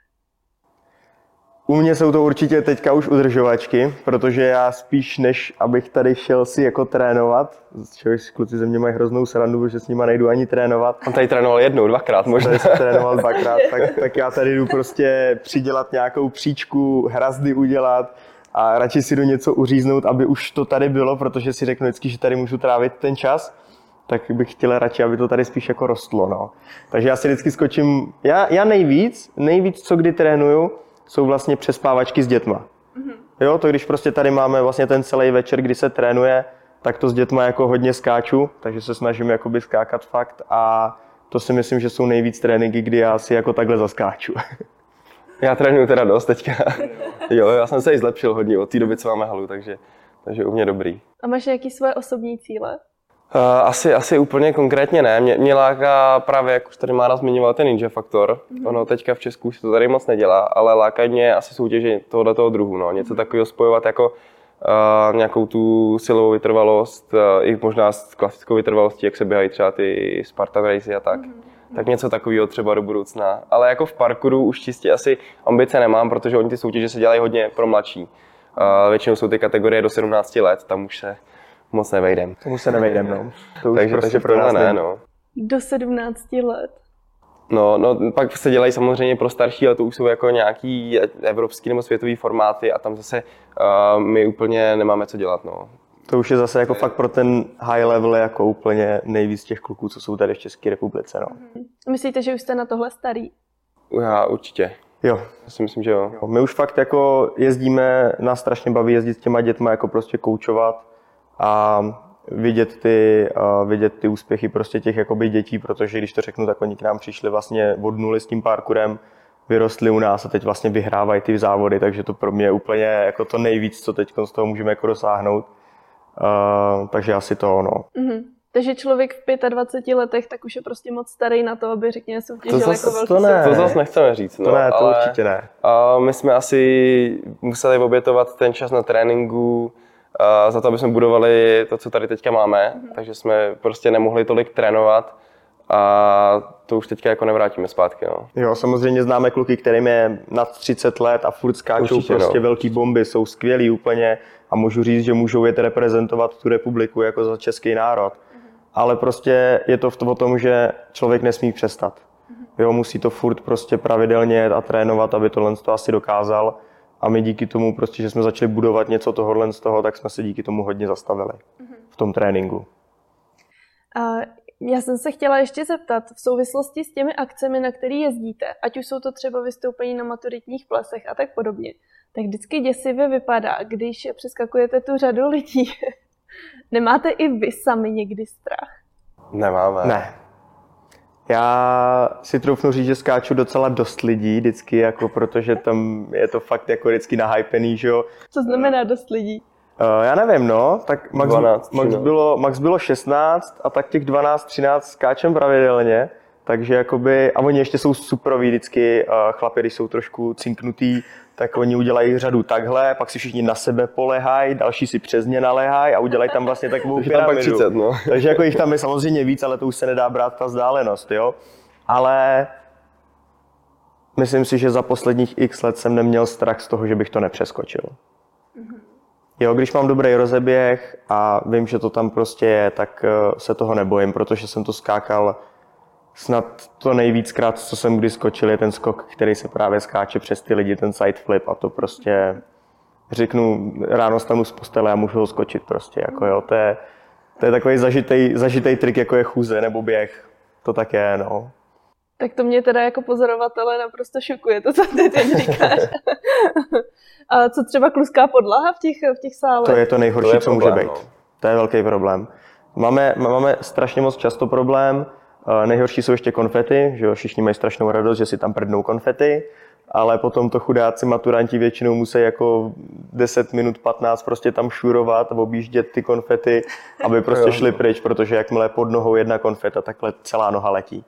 U mě jsou to určitě teďka už udržovačky, protože já spíš než abych tady šel si jako trénovat, kluci ze mě mají hroznou srandu, protože s nima nejdu ani trénovat. On tady trénoval jednou, dvakrát možná. Tady jsem trénoval dvakrát, tak já tady jdu prostě přidělat nějakou příčku, hrazdy udělat a radši si jdu něco uříznout, aby už to tady bylo, protože si řeknu vždycky, že tady můžu trávit ten čas, tak bych chtěl radši, aby to tady spíš jako rostlo. No. Takže já si vždycky skočím, já nejvíc, co kdy trénuju, jsou vlastně přespávačky s dětma. Jo, to když prostě tady máme vlastně ten celý večer, kdy se trénuje, tak to s dětma jako hodně skáču, takže se snažím jakoby skákat fakt a to si myslím, že jsou nejvíc tréninky, kdy já si jako takhle zaskáču. Já trénuju teda dost teďka. Jo, já jsem se i zlepšil hodně od té doby, co máme halu, takže u mě dobrý. A máš nějaké svoje osobní cíle? Asi úplně konkrétně ne. Mě láká právě, jak už tady Mára zmiňovala, ten ninja faktor. Ono teďka v Česku se to tady moc nedělá, ale lákají mě asi soutěže tohoto druhu. No. Něco takového spojovat jako nějakou tu silovou vytrvalost, i možná s klasickou vytrvalostí, jak se běhají třeba ty Spartan Race a tak. Tak něco takového třeba do budoucna. Ale jako v parkouru už čistě asi ambice nemám, protože oni ty soutěže se dělají hodně pro mladší. Většinou jsou ty kategorie do 17 let, tam už se moc nevejdem. Tomu se nevejdem, no. To už takže prostě pro nás ne, no. Do 17 let? No, pak se dělají samozřejmě pro starší, ale to už jsou jako nějaký evropský nebo světový formáty a tam zase my úplně nemáme co dělat, no. To už je zase jako fakt pro ten high level jako úplně nejvíc těch kluků, co jsou tady v České republice, no. Myslíte, že už jste na tohle starý? Já určitě. Jo. Já si myslím, že jo. My už fakt jako jezdíme, nás strašně baví jezdit s těma dětma, jako prostě koučovat a vidět ty úspěchy prostě těch jakoby dětí, protože když to řeknu, tak oni k nám přišli vlastně od nuly s tím parkourem, vyrostli u nás a teď vlastně vyhrávají ty závody, takže to pro mě je úplně jako to nejvíc, co teď z toho můžeme jako dosáhnout. Takže asi to, no. Takže člověk v 25 letech tak už je prostě moc starý na to, aby řekněme soutěžil jako velký To zase nechceme říct, no. To ne, to určitě ne. My jsme asi museli obětovat ten čas na tréninku za to, aby jsme budovali to, co tady teďka máme, takže jsme prostě nemohli tolik trénovat a to už teďka jako nevrátíme zpátky, no. Jo, samozřejmě známe kluky, kterým je nad 30 let a furt skáčou prostě velký bomby, jsou skvělí úplně a můžu říct, že můžou jet reprezentovat tu republiku jako za český národ. Ale prostě je to o tom, že člověk nesmí přestat. Jo, musí to furt prostě pravidelně jet a trénovat, aby tohle to asi dokázal. A my díky tomu, prostě, že jsme začali budovat něco tohohle z toho, tak jsme se díky tomu hodně zastavili v tom tréninku. Já jsem se chtěla ještě zeptat, v souvislosti s těmi akcemi, na které jezdíte, ať už jsou to třeba vystoupení na maturitních plesech a tak podobně, tak vždycky děsivě vypadá, když přeskakujete tu řadu lidí. Nemáte i vy sami někdy strach? Nemáme. Ne. Já si troufnu říct, že skáču docela dost lidí vždycky, jako protože tam je to fakt jako vždycky nahypený, že jo. Co znamená dost lidí? Já nevím, no, tak Max bylo 16 a tak těch 12, 13 skáčem pravidelně, takže jakoby, a oni ještě jsou superoví vždycky, chlapi, když jsou trošku cinknutý, tak oni udělají řadu takhle, pak si všichni na sebe polehají, další si přes ně naléhají a udělají tam vlastně takovou pyramidu. 30, no. Takže jako jich tam je samozřejmě víc, ale to už se nedá brát ta vzdálenost, jo. Ale myslím si, že za posledních x let jsem neměl strach z toho, že bych to nepřeskočil. Jo, když mám dobrý rozeběh a vím, že to tam prostě je, tak se toho nebojím, protože jsem to skákal snad to nejvíckrát, co jsem kdy skočil, je ten skok, který se právě skáče přes ty lidi, ten side flip a to prostě řeknu, ráno stanu z postele a můžu ho skočit prostě, jako jo, to je takový zažitej trik, jako je chůze nebo běh, to tak je, no. Tak to mě teda jako pozorovatele naprosto šokuje, to, co ty teď říkáš. A co třeba kluská podlaha v těch sálech? To je to nejhorší, co může být. No. To je velký problém. Máme strašně moc často problém. Nejhorší jsou ještě konfety, že jo, všichni mají strašnou radost, že si tam prdnou konfety, ale potom to chudáci maturanti většinou musí jako 10 minut, 15 prostě tam šurovat a objíždět ty konfety, aby prostě šli pryč, protože jakmile pod nohou jedna konfeta, takhle celá noha letí.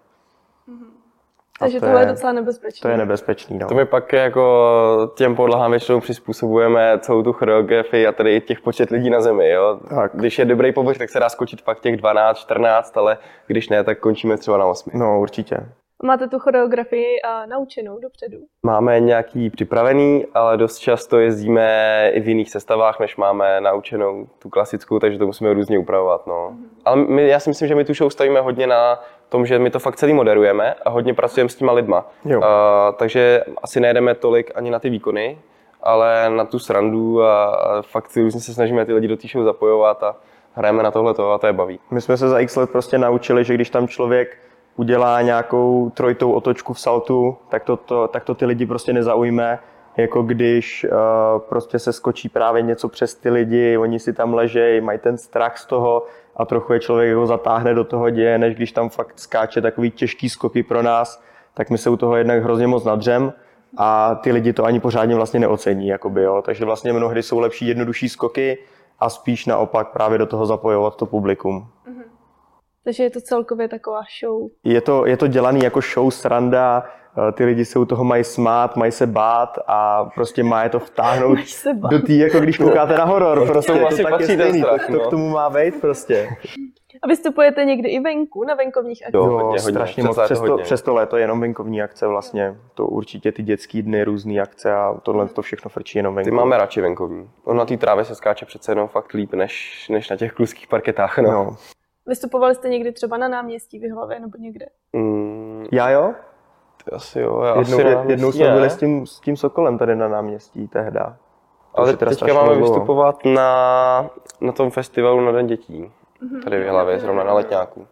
Takže tohle je docela nebezpečné. To je nebezpečný, no. To my pak jako těm podlahám většinou přizpůsobujeme celou tu choreografii a tady i těch počet lidí na zemi, jo. Tak. Když je dobrý povrch, tak se dá skočit fakt těch 12, 14, ale když ne, tak končíme třeba na 8. No, určitě. Máte tu choreografii naučenou dopředu? Máme nějaký připravený, ale dost často jezdíme i v jiných sestavách, než máme naučenou tu klasickou, takže to musíme různě upravovat, no. Ale já si myslím, že my tu show stavíme hodně na tom, že my to fakt celý moderujeme a hodně pracujeme s těma lidma. Takže asi nejedeme tolik ani na ty výkony, ale na tu srandu a fakt různě se snažíme ty lidi do té show zapojovat a hrajeme na tohleto a to je baví. My jsme se za x let prostě naučili, že když tam člověk udělá nějakou trojitou otočku v saltu, tak to ty lidi prostě nezaujme, jako když prostě se skočí právě něco přes ty lidi, oni si tam ležejí, mají ten strach z toho a trochu je člověk ho zatáhne do toho děje, než když tam fakt skáče takový těžký skoky pro nás, tak my se u toho jednak hrozně moc nadřem a ty lidi to ani pořádně vlastně neocení, jakoby, jo. Takže vlastně mnohdy jsou lepší jednodušší skoky a spíš naopak právě do toho zapojovat to publikum. Takže je to celkově taková show. Je to dělaný jako show, sranda, ty lidi se u toho mají smát, mají se bát a prostě má je to vtáhnout do té, jako když koukáte na horor, prostě to tak je stejný, to k tomu má být prostě. A vystupujete někdy i venku, na venkovních akcích? Jo, strašně moc, přes to léto jenom venkovní akce vlastně, to určitě ty dětský dny, různý akce a tohle to všechno frčí jenom venku. Ty máme radši venkovní, on na té trávě se skáče přece jenom fakt líp, než na těch kluských parketách, no. Vystupovali jste někdy třeba na náměstí v Jihlavě nebo někde? Já jo? Asi jo. Jednou jsme byli s tím Sokolem tady na náměstí tehda. Ale teďka máme vystupovat na tom festivalu na Den dětí. Tady v Jihlavě, zrovna na letňáku.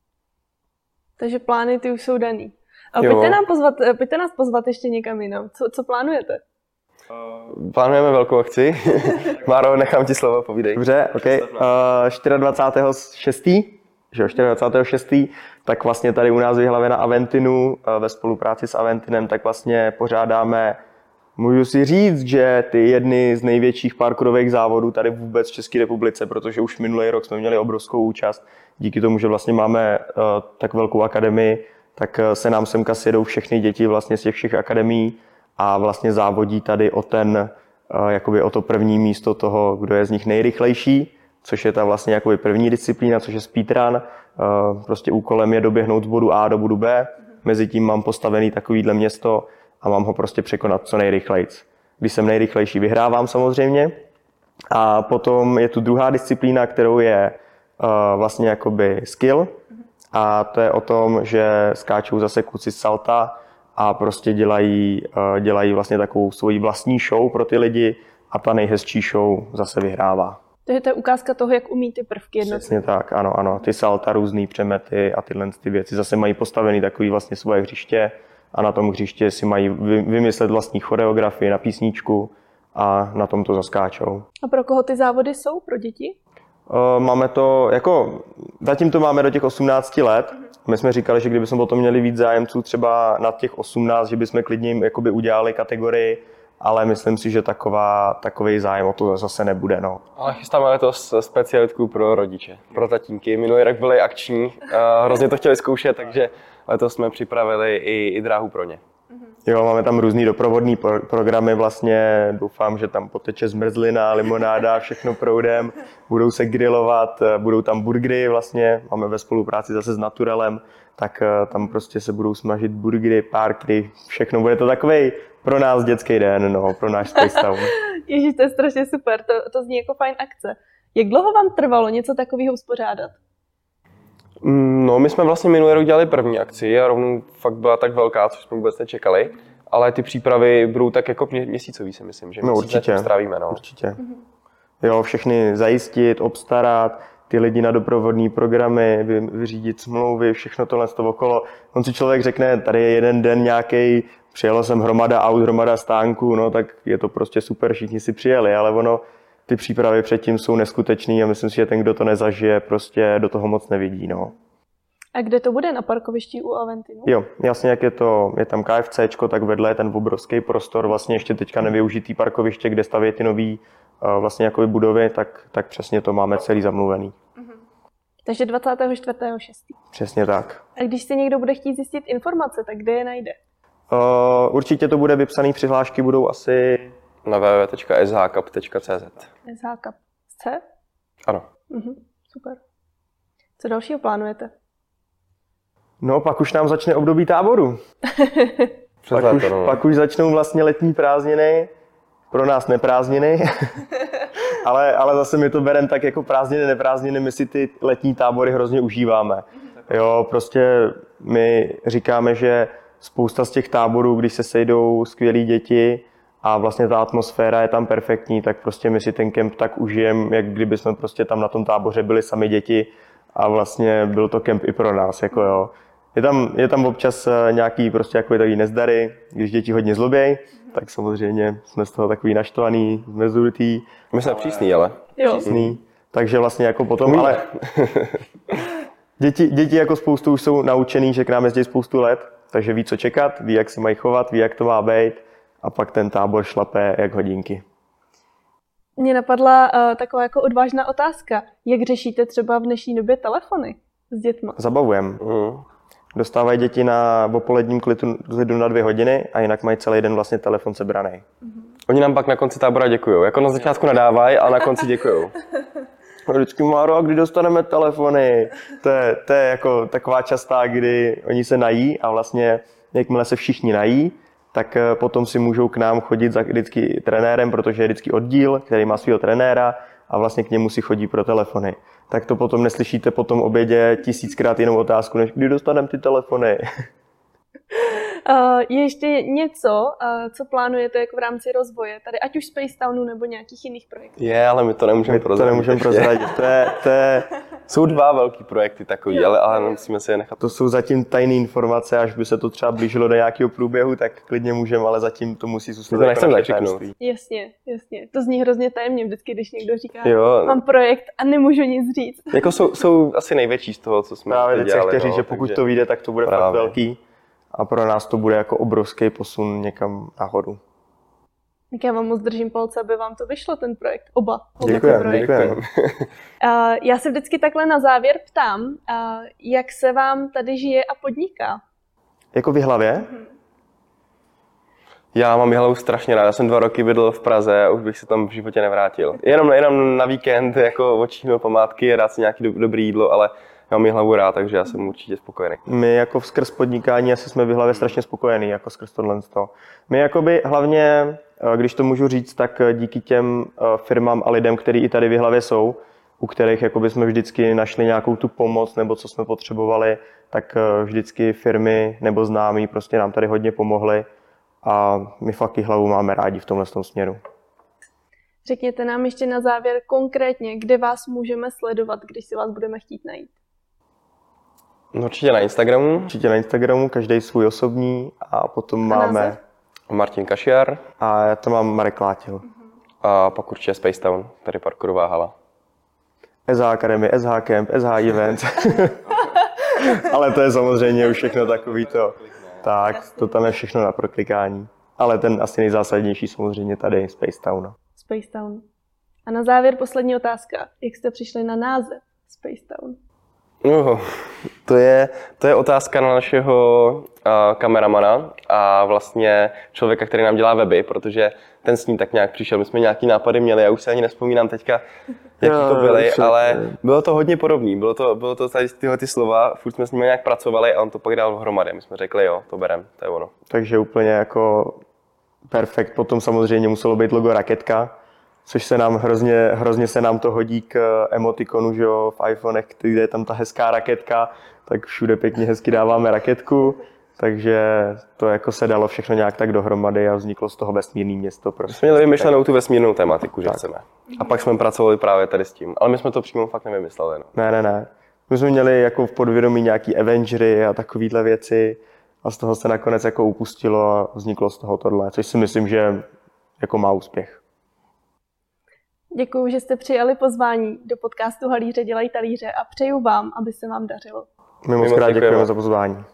Takže plány ty už jsou daný. A pojďte nás pozvat ještě někam jinam. Co plánujete? Plánujeme velkou akci. Máro, nechám ti slovo, povídej. Dobře, OK. 24.6., tak vlastně tady u nás v Jihlavě na Aventinu ve spolupráci s Aventinem, tak vlastně pořádáme, můžu si říct, že ty jedny z největších parkourových závodů tady vůbec v České republice, protože už minulý rok jsme měli obrovskou účast. Díky tomu, že vlastně máme tak velkou akademii, tak se nám semka sjedou všechny děti vlastně z těch všech akademií a vlastně závodí tady o to první místo toho, kdo je z nich nejrychlejší, což je ta vlastně jakoby první disciplína, což je speedrun. Prostě úkolem je doběhnout z bodu A do bodu B. Mezitím mám postavený takovýhle město a mám ho prostě překonat co nejrychlejc. Když jsem nejrychlejší, vyhrávám samozřejmě. A potom je tu druhá disciplína, kterou je vlastně jakoby skill. A to je o tom, že skáčou zase kluci z salta a prostě dělají vlastně takovou svoji vlastní show pro ty lidi a ta nejhezčí show zase vyhrává. Takže to je ukázka toho, jak umí ty prvky jednotlivé. Přesně tak, ano. Ty salta, různý přemety a tyhle ty věci zase mají postavený takový vlastně svoje hřiště a na tom hřiště si mají vymyslet vlastní choreografii na písničku a na tom to zaskáčou. A pro koho ty závody jsou? Pro děti? Máme to, zatím to máme do těch 18 let. My jsme říkali, že kdybychom potom měli víc zájemců třeba nad těch 18, že bychom klidně jim udělali kategorii, ale myslím si, že takový zájem o to zase nebude. No. Ale chystáme letos specialitku pro rodiče, pro tatínky. Minulý rok byly akční, hrozně to chtěli zkoušet, takže letos jsme připravili i dráhu pro ně. Jo, máme tam různý doprovodný programy vlastně, doufám, že tam poteče zmrzlina, limonáda, všechno proudem, budou se grillovat, budou tam burgery vlastně, máme ve spolupráci zase s Naturelem, tak tam prostě se budou smažit burgery, párky, všechno, bude to takovej pro nás dětský den, no, pro náš Space Town. Ježíš, to je strašně super, to zní jako fajn akce. Jak dlouho vám trvalo něco takového uspořádat? No, my jsme vlastně minulý rok dělali první akci a rovnou fakt byla tak velká, což jsme vůbec nečekali. ale ty přípravy budou tak jako měsícový, si myslím, že No určitě, strávíme. No. Určitě. Jo, všechny zajistit, obstarat, ty lidi na doprovodné programy, vyřídit smlouvy, všechno tohle z toho okolo. On si člověk řekne, tady je jeden den nějaký, přijelo jsem hromada aut, hromada stánků, no tak je to prostě super, všichni si přijeli, ale ono, ty přípravy předtím jsou neskutečný a myslím si, že ten, kdo to nezažije, prostě do toho moc nevidí, no. A kde to bude? Na parkovišti u Aventinu? Jo, jasně, jak je tam KFCčko, tak vedle je ten obrovský prostor, vlastně ještě teďka nevyužitý parkoviště, kde staví ty nový vlastně jakoby budovy, tak přesně to máme celý zamluvený. Takže 24.6. Přesně tak. A když si někdo bude chtít zjistit informace, tak kde je najde? Určitě to bude vypsané, přihlášky budou asi Na www.shcup.cz. SHCup. C? Ano. Super. Co dalšího plánujete? No, pak už nám začne období táboru. Pak už začnou vlastně letní prázdniny, pro nás neprázdniny, ale zase my to bereme tak jako prázdniny, neprázdniny, my si ty letní tábory hrozně užíváme. Jo, prostě my říkáme, že spousta z těch táborů, když se sejdou skvělí děti a vlastně ta atmosféra je tam perfektní, tak prostě my si ten kemp tak užijeme, jak kdyby jsme prostě tam na tom táboře byli sami děti a vlastně byl to kemp i pro nás, jako jo. Je tam občas nějaký prostě jako takový nezdary, když děti hodně zlobějí, tak samozřejmě jsme z toho takový naštvaný, jsme zurtý. My jsme přísný, ale. Přísný. Takže vlastně jako potom, ale děti jako spoustu už jsou naučený, že k nám jezdí spoustu let, takže ví, co čekat, ví, jak se mají chovat, ví, jak to má být a pak ten tábor šlape jak hodinky. Mně napadla taková jako odvážná otázka. Jak řešíte třeba v dnešní době telefony s dětma? Zabavujeme. Dostávají děti na opoledním klidu na 2 hodiny a jinak mají celý den vlastně telefon sebraný. Oni nám pak na konci tábora děkujou. Jako na začátku nadávají, a na konci děkujou. Vždycky Máro, a kdy dostaneme telefony? To je jako taková častá, kdy oni se nají a vlastně jakmile se všichni nají, tak potom si můžou k nám chodit za vždycky trenérem, protože je vždycky oddíl, který má svého trenéra a vlastně k němu si chodí pro telefony. Tak to potom neslyšíte po tom obědě 1000krát jinou otázku, než kdy dostaneme ty telefony. Je ještě něco, co plánujete jako v rámci rozvoje, tady ať už Space Townu nebo nějakých jiných projektů? Ale my to nemůžeme prozradit. Jsou 2 velký projekty takový, ale musíme si je nechat. To jsou zatím tajné informace, až by se to třeba blížilo do nějakého průběhu, tak klidně můžeme, ale zatím to musí zůstat. To nechcem zakřiknout. Jasně. To zní hrozně tajemně vždycky, když někdo říká, mám projekt a nemůžu nic říct. Jako jsou asi největší z toho, co jsme právě dělali. Právě říct, že pokud to vyjde, tak to bude fakt velký. A pro nás to bude jako obrovský posun někam nahoru. Tak já vám moc držím palce, aby vám to vyšlo, ten projekt. Oba Děkujeme. Já se vždycky takhle na závěr ptám, jak se vám tady žije a podniká? Jako v Jihlavě? Já mám Jihlavu strašně rád. Já jsem 2 roky bydlel v Praze a už bych se tam v životě nevrátil. Jenom na víkend jako odčíhnul památky, rád si nějaký dobrý jídlo, ale já mám Jihlavu rád, takže já jsem určitě spokojený. My jako skrz podnikání asi jsme v Jihlavě strašně spokojení, jako skrz tohle. My jakoby hlavně, když to můžu říct, tak díky těm firmám a lidem, kteří i tady v Jihlavě jsou, u kterých jakoby jsme vždycky našli nějakou tu pomoc nebo co jsme potřebovali, tak vždycky firmy nebo známí prostě nám tady hodně pomohli a my fakt Jihlavu máme rádi v tomhle směru. Řekněte nám ještě na závěr konkrétně, kde vás můžeme sledovat, když si vás budeme chtít najít. Určitě na Instagramu. Určitě na Instagramu, každý svůj osobní a potom máme Martin Kašiar. A já to mám Marek Látil. A pak určitě Space Town, tady parkourová hala. SH Academy, SH Camp, SH Event. Ale to je samozřejmě už všechno takový to. Tak, to tam je všechno na proklikání. Ale ten asi nejzásadnější samozřejmě tady Space Town. Space Town. A na závěr poslední otázka. Jak jste přišli na název Space Town? To je otázka na našeho kameramana a vlastně člověka, který nám dělá weby, protože ten s ním tak nějak přišel. My jsme nějaký nápady měli, já už se ani nevzpomínám teďka, jaký to byly, ale bylo to hodně podobný. Bylo to tady tyhle ty slova, furt jsme s nimi nějak pracovali a on to pak dal dohromady. My jsme řekli, jo, to berem, to je ono. Takže úplně jako perfekt. Potom samozřejmě muselo být logo raketka, což se nám hrozně se nám to hodí k emotikonu, že jo, v iPhonech, kde je tam ta hezká raketka, tak všude pěkně hezky dáváme raketku. takže to jako se dalo všechno nějak tak dohromady a vzniklo z toho vesmírné město. My jsme měli vymyšlenou tu vesmírnou tematiku, že chceme. A pak jsme pracovali právě tady s tím. Ale my jsme to přímo fakt nevymysleli. No. Ne. My jsme měli jako v podvědomí nějaký Avengery a takovýhle věci a z toho se nakonec jako upustilo a vzniklo z toho tohle, což si myslím, že jako má úspěch. Děkuji, že jste přijali pozvání do podcastu Halíře dělají talíře a přeju vám, aby se vám dařilo. My moc krát děkujeme za pozvání.